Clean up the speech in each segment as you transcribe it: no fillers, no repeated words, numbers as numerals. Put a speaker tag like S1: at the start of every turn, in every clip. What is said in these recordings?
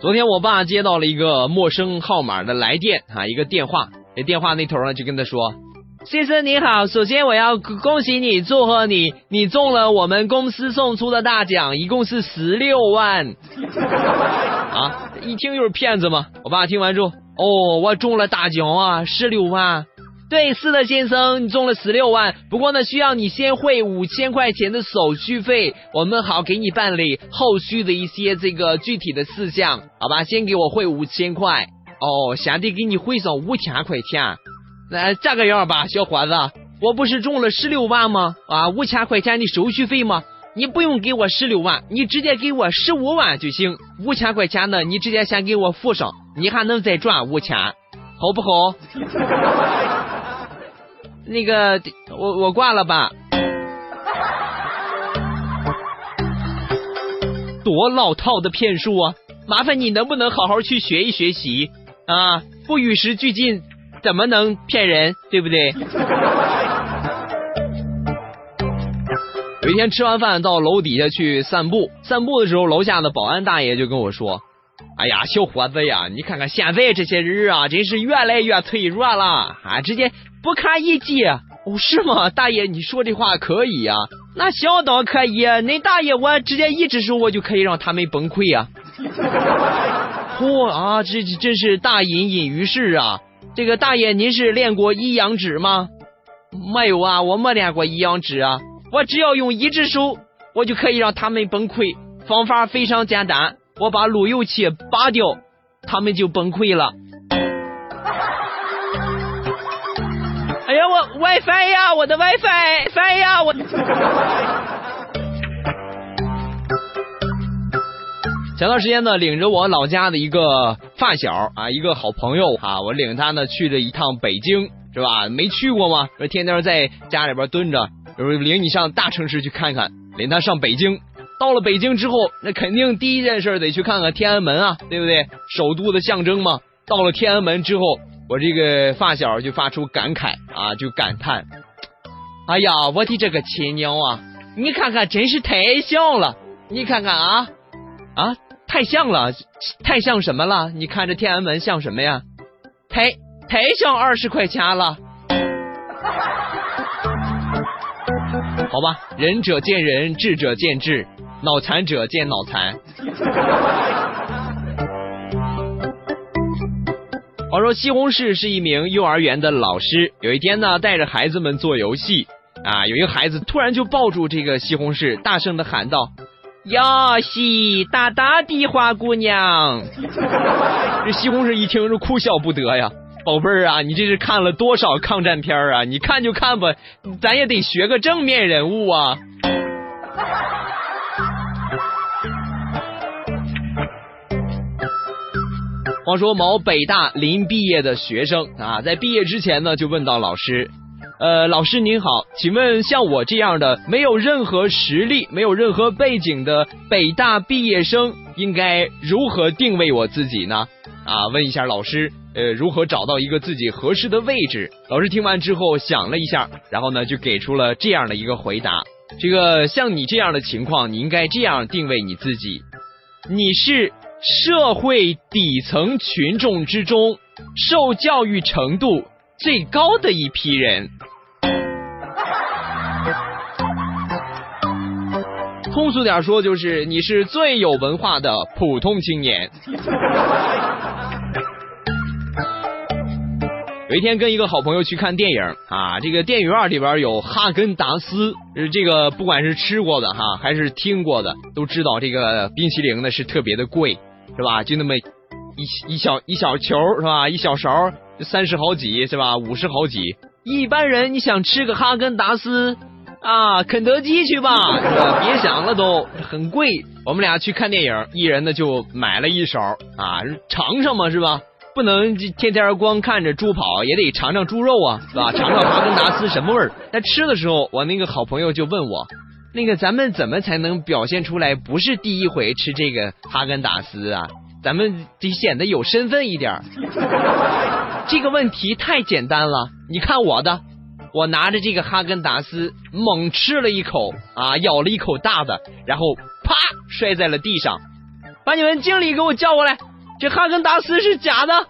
S1: 昨天我爸接到了一个陌生号码的来电啊，一个电话，这电话那头呢就跟他说：先生你好，首先我要恭喜你，祝贺你，你中了我们公司送出的大奖，一共是16万。啊，一听就是骗子嘛。我爸听完之后，哦，我中了大奖啊，16万。对，是的先生，你中了16万，不过呢需要你先汇5000块钱的手续费，我们好给你办理后续的一些这个具体的事项，好吧，先给我汇5000块。哦，先得给你汇上5000块钱。这个样吧，小伙子，我不是中了16万吗？啊，5000块钱的手续费吗？你不用给我16万，你直接给我15万就行。5000块钱呢，你直接先给我付上，你还能再赚5000，好不好？那个，我挂了吧。多老套的骗术啊！麻烦你能不能好好去学一学习啊？不与时俱进，怎么能骗人？对不对？有一天吃完饭到楼底下去散步，散步的时候，楼下的保安大爷就跟我说：哎呀，小伙子呀，你看看现在这些人啊，真是越来越脆弱了啊，直接不看一击。哦，是吗？大爷，你说这话可以啊？那相当可以。那大爷，我直接一只手我就可以让他们崩溃啊！嚯啊，这真是大隐隐于市啊！这个大爷，您是练过一阳指吗？没有啊，我没练过一阳指啊。我只要用一只手，我就可以让他们崩溃。方法非常简单，我把路由器拔掉，他们就崩溃了。哎呀，我 WiFi 呀，我的 WiFi 呀，我。前段时间呢，领着我老家的一个发小啊，一个好朋友啊，我领他呢去了一趟北京，是吧？没去过吗？天天在家里边蹲着，领你上大城市去看看，领他上北京。到了北京之后，那肯定第一件事得去看看天安门啊，对不对？首都的象征嘛。到了天安门之后，我这个发小就发出感慨啊，就感叹：哎呀，我的这个亲娘啊！你看看，真是太像了！你看看啊，太像了，太像什么了？你看这天安门像什么呀？太像20块钱了。好吧，仁者见仁，智者见智，脑残者见脑残。话说西红柿是一名幼儿园的老师，有一天呢，带着孩子们做游戏啊，有一个孩子突然就抱住这个西红柿，大声的喊道：呀西大大的花姑娘。这西红柿一听是哭笑不得呀，宝贝儿啊，你这是看了多少抗战片啊？你看就看吧，咱也得学个正面人物啊。话说某北大临毕业的学生啊，在毕业之前呢，就问到老师：老师您好，请问像我这样的没有任何实力、没有任何背景的北大毕业生，应该如何定位我自己呢？啊，问一下老师，如何找到一个自己合适的位置？老师听完之后想了一下，然后呢就给出了这样的一个回答：这个像你这样的情况，你应该这样定位你自己，你是社会底层群众之中受教育程度最高的一批人。通俗点说，就是你是最有文化的普通青年。有一天跟一个好朋友去看电影啊，这个电影院里边有哈根达斯，这个不管是吃过的哈，还是听过的，都知道这个冰淇淋呢是特别的贵，是吧？就那么一小球是吧？一小勺30好几是吧？50好几。一般人你想吃个哈根达斯啊，肯德基去吧，是吧？别想了都很贵。我们俩去看电影，一人呢就买了一勺啊，尝尝嘛是吧？不能天天光看着猪跑，也得尝尝猪肉啊，是吧？尝尝哈根达斯什么味儿。在吃的时候，我那个好朋友就问我，那个咱们怎么才能表现出来不是第一回吃这个哈根达斯啊？咱们得显得有身份一点。这个问题太简单了，你看我的，我拿着这个哈根达斯猛吃了一口啊，咬了一口大的，然后啪摔在了地上。把你们经理给我叫过来， 这哈根达斯是假的。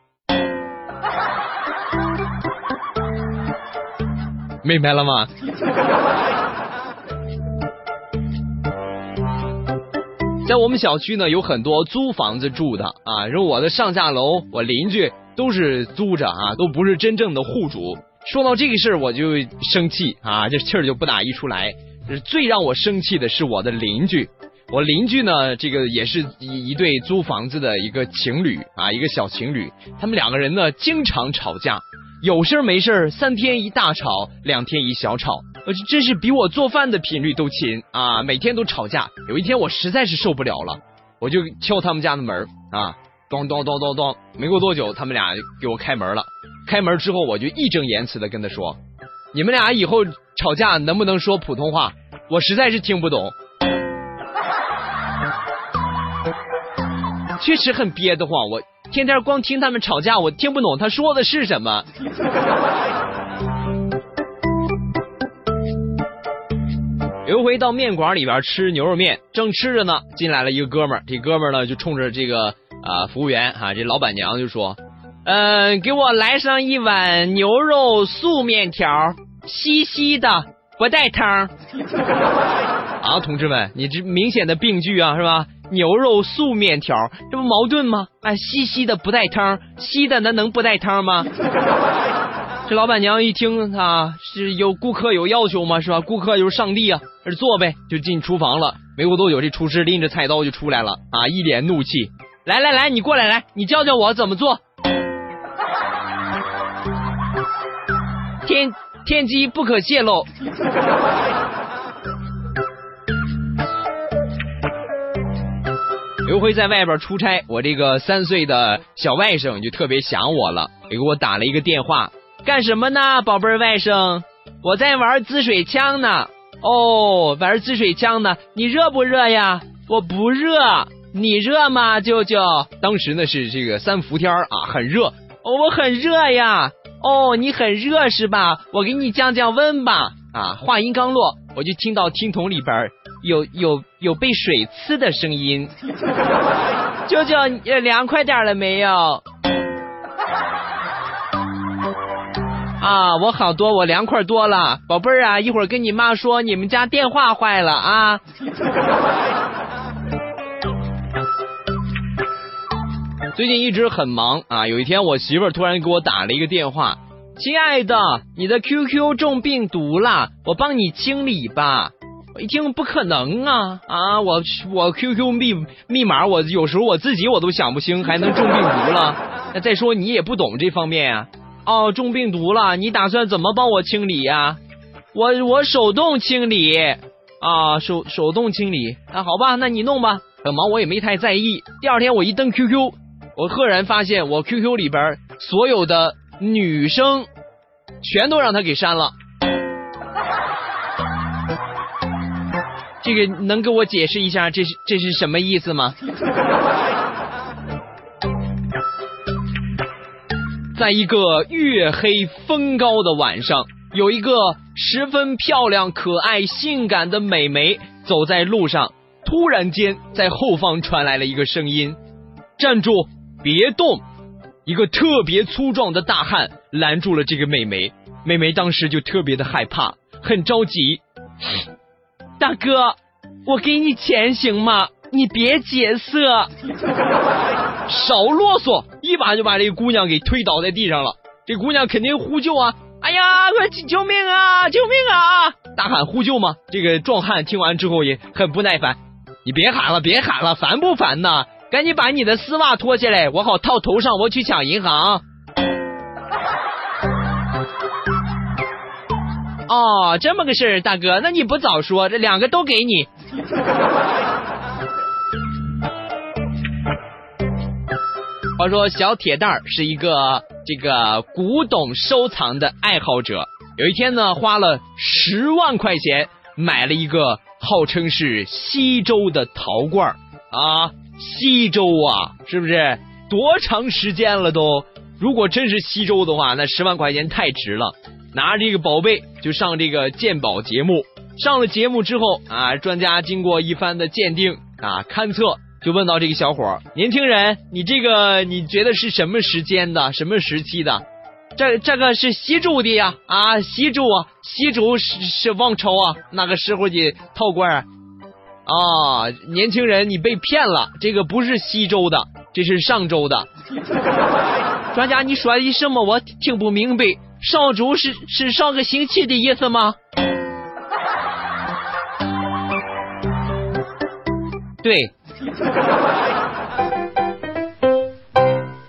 S1: 明白了吗？在我们小区呢，有很多租房子住的啊，然后我的上下楼，我邻居都是租着啊，都不是真正的户主。说到这个事儿，我就生气啊，这气儿就不打一处来。最让我生气的是我的邻居，我邻居呢，这个也是一对租房子的一个情侣啊，一个小情侣，他们两个人呢经常吵架，有事没事3天一大吵，2天一小吵，真是比我做饭的频率都勤啊，每天都吵架。有一天我实在是受不了了，我就敲他们家的门啊，咚咚咚咚咚，没过多久他们俩给我开门了。开门之后我就义正言辞的跟他说，你们俩以后吵架能不能说普通话，我实在是听不懂。确实很憋得慌，我天天光听他们吵架，我听不懂他说的是什么。有一回到面馆里边吃牛肉面，正吃着呢，进来了一个哥们儿，这哥们儿呢就冲着这个服务员啊，这老板娘就说，给我来上一碗牛肉素面条，稀稀的，不带汤。啊，同志们，你这明显的病句啊，是吧？牛肉素面条，这不矛盾吗？哎，稀稀的不带汤，稀的那能不带汤吗？这老板娘一听啊，是有顾客有要求吗？是吧？顾客就是上帝啊，做呗，就进厨房了。没过多久，这厨师拎着菜刀就出来了啊，一脸怒气，来，你过来，你教教我怎么做。天机不可泄露。有一回在外边出差，我这个3岁的小外甥就特别想我了，也给我打了一个电话。干什么呢，宝贝儿外甥？我在玩滋水枪呢。哦，玩滋水枪呢，你热不热呀？我不热。你热吗，舅舅？当时呢是这个3伏天啊，很热。哦，我很热呀。哦，你很热是吧？我给你降降温吧。啊，话音刚落，我就听到听筒里边有被水刺的声音。舅舅，凉快点了没有？啊，我好多，我凉快多了，宝贝儿啊，一会儿跟你妈说你们家电话坏了啊。最近一直很忙啊，有一天我媳妇儿突然给我打了一个电话，亲爱的，你的 QQ 中病毒了，我帮你清理吧。我一听不可能啊，我 QQ 密码我有时候我自己我都想不清，还能中病毒了？那再说你也不懂这方面啊。哦，中病毒了，你打算怎么帮我清理呀？我手动清理啊，手动清理啊，好吧，那你弄吧。很忙我也没太在意。第二天我一登 QQ， 我赫然发现我 QQ 里边所有的女生全都让他给删了。这个能给我解释一下这是什么意思吗？在一个月黑风高的晚上，有一个十分漂亮可爱性感的美眉走在路上，突然间在后方传来了一个声音，站住，别动。一个特别粗壮的大汉拦住了这个美眉，美眉当时就特别的害怕，很着急。大哥，我给你钱行吗？你别劫色。少啰嗦，一把就把这个姑娘给推倒在地上了。这姑娘肯定呼救啊，哎呀，快救命啊，救命啊！大喊呼救吗？这个壮汉听完之后也很不耐烦，你别喊了，烦不烦呢？赶紧把你的丝袜脱下来，我好套头上，我去抢银行。哦，这么个事儿，大哥，那你不早说，这2个都给你。话说小铁蛋儿是一个这个古董收藏的爱好者，有一天呢花了10万块钱买了一个号称是西周的陶罐啊，西周啊，是不是多长时间了都？如果真是西周的话，那10万块钱太值了。拿着这个宝贝就上这个鉴宝节目，上了节目之后啊，专家经过一番的鉴定啊勘测， 就问到这个小伙，年轻人，你这个你觉得是什么时间的，什么时期的？这个是西周的呀，啊，西周是王朝啊，那个时候的陶罐啊。年轻人，你被骗了，这个不是西周的，这是上周的。专家，你说的什么？我听不明白。上周是上个星期的意思吗？对。